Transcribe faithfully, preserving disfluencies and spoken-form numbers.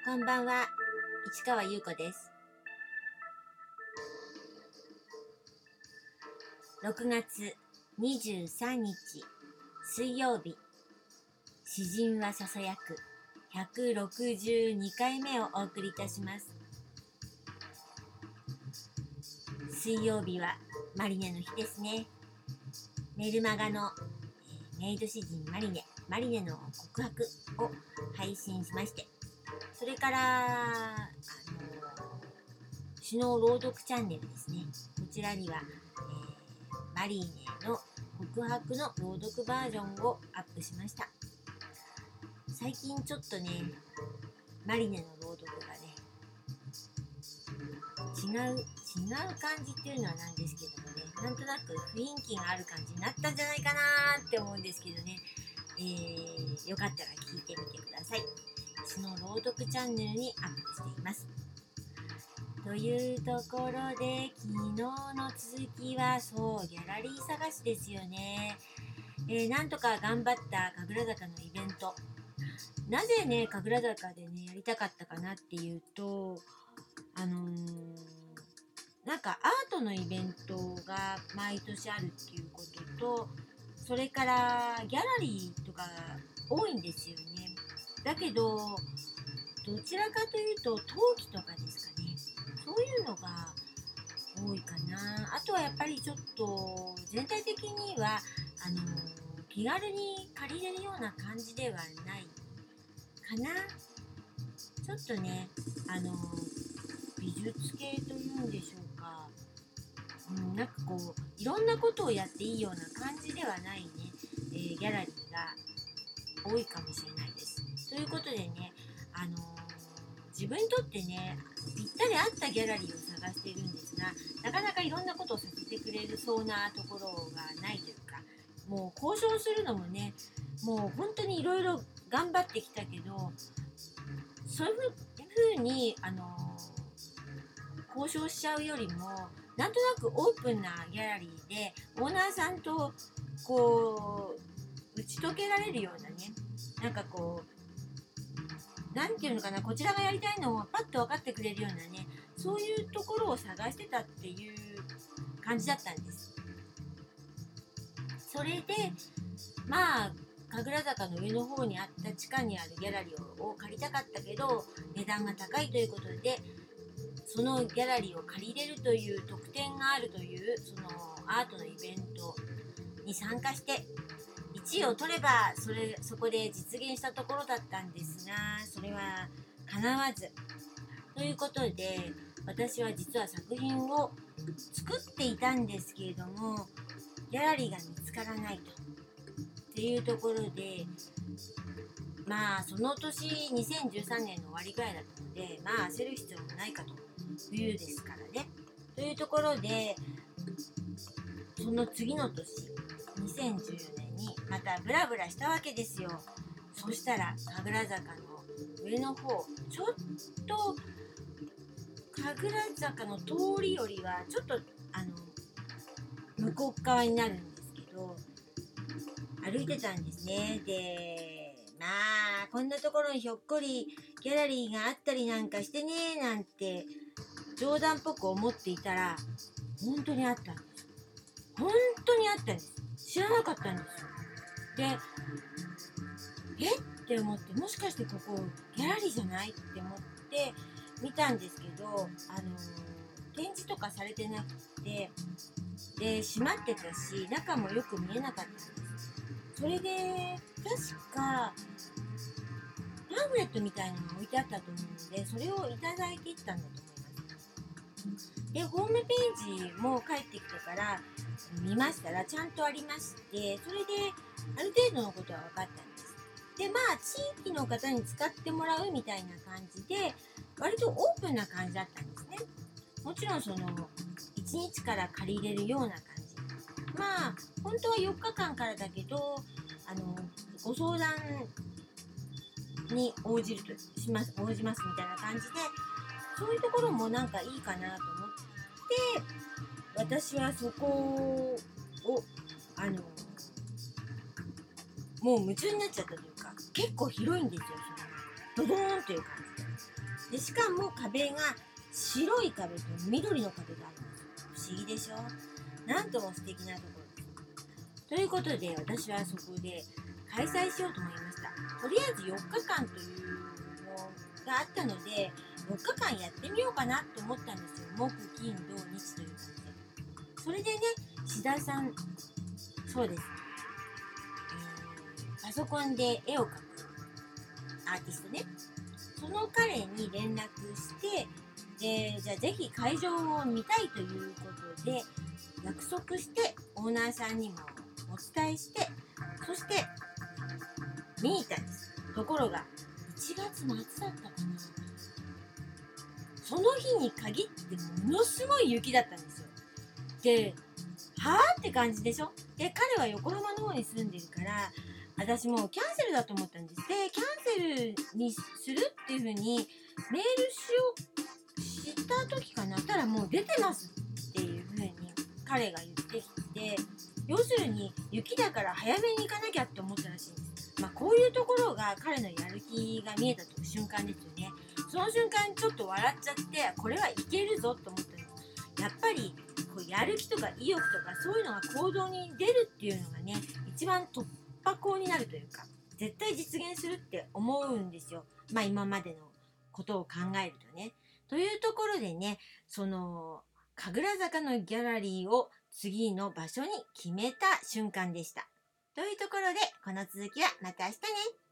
こんばんは、市川優子です。ろくがつにじゅうさんにち水曜日、詩人はささやくひゃくろくじゅうにかいめをお送りいたします。水曜日はマリネの日ですね。メルマガの、えー、メイド詩人マリネマリネの告白を配信しまして、それからあの詩の朗読チャンネルですね、こちらには、えー、マリネの告白の朗読バージョンをアップしました。最近ちょっとね、マリネの朗読がね違う違う感じっていうのはなんですけどもね、なんとなく雰囲気がある感じになったんじゃないかなって思うんですけどね、えー、よかったら聞いてみてください。その朗読チャンネルにアップしています。というところで、昨日の続きはそうギャラリー探しですよね。えー、なんとか頑張った神楽坂のイベント、なぜね神楽坂でねやりたかったかなっていうと、あのー、なんかアートのイベントが毎年あるっていうことと、それからギャラリーとか多いんですよね。だけどどちらかというと陶器とかですかね、そういうのが多いかな。あとはやっぱりちょっと全体的にはあの気軽に借りれるような感じではないかな。ちょっとね、あの美術系というんでしょうか、うん、なんかこういろんなことをやっていいような感じではないね、えー、ギャラリーが多いかもしれないです。ということでね、あのー、自分にとってねぴったり合ったギャラリーを探しているんですが、なかなかいろんなことをさせてくれるそうなところがないというか、もう交渉するのもね、もう本当にいろいろ頑張ってきたけど、そういうふうに、あのー、交渉しちゃうよりも、なんとなくオープンなギャラリーでオーナーさんとこう打ち解けられるようなね、なんかこうなんていうのかな、こちらがやりたいのをパッと分かってくれるようなね、そういうところを探してたっていう感じだったんです。それでまあ神楽坂の上の方にあった地下にあるギャラリーを借りたかったけど値段が高いということで、そのギャラリーを借りれるという特典があるというそのアートのイベントに参加していちいを取ればそれそこで実現したところだったんですが、それは叶わずということで、私は実は作品を作っていたんですけれどもギャラリーが見つからないとっていうところで、まあその年にせんじゅうさんねんの終わりぐらいだったので、まあ焦る必要もないかと、冬ですからねというところで、その次の年にせんじゅうよねんにまたブラブラしたわけですよ。そしたら神楽坂の上の方、ちょっと神楽坂の通りよりはちょっとあの向こう側になるんですけど、歩いてたんですね。で、まあこんなところにひょっこりギャラリーがあったりなんかしてねなんて冗談っぽく思っていたら、本当にあったんです。本当にあったんです。知らなかったんですよ。で、えって思って、もしかしてここギャラリーじゃないって思って見たんですけど、あのー、展示とかされてなくて、で閉まってたし中もよく見えなかったんです。それで確かパンフレットみたいなのが置いてあったと思うので、それをいただいていったんだと思います。でホームページも帰ってきてから見ましたらちゃんとありまして、それである程度のことは分かったんです。でまあ地域の方に使ってもらうみたいな感じで割とオープンな感じだったんですね。もちろんそのいちにちから借りれるような感じ、まあ本当はよっかかんからだけど、あのご相談に応じるとします応じますみたいな感じで、そういうところもなんかいいかなと思って私はそこをあのもう夢中になっちゃったというか、結構広いんですよ。そのドドーンという感じででしかも壁が白い壁と緑の壁があるんです。不思議でしょ。なんとも素敵なところです。ということで私はそこで開催しようと思いました。とりあえずよっかかんというのがあったので、よっかかんやってみようかなと思ったんですよ。木金土日という感じで。それでね、志田さん、そうです、えー、パソコンで絵を描くアーティストね、その彼に連絡して、でじゃあぜひ会場を見たいということで約束してオーナーさんにもお伝えして、そして見に行ったんです。ところがいちがつまつだったかな、その日に限ってものすごい雪だったんですよ。で、はぁって感じでしょ。で、彼は横浜の方に住んでるから、私もうキャンセルだと思ったんです。で、キャンセルにするっていう風にメールしようした時かな、たらもう出てますっていう風に彼が言ってきて、要するに雪だから早めに行かなきゃって思ったらしいんです。まあこういうところが彼のやる気が見えた瞬間ですよね。その瞬間ちょっと笑っちゃって、これはいけるぞと思ったんです。やっぱりこうやる気とか意欲とかそういうのが行動に出るっていうのがね、一番突破口になるというか、絶対実現するって思うんですよ。まあ今までのことを考えるとね。というところでね、その神楽坂のギャラリーを次の場所に決めた瞬間でした。というところで、この続きはまた明日ね。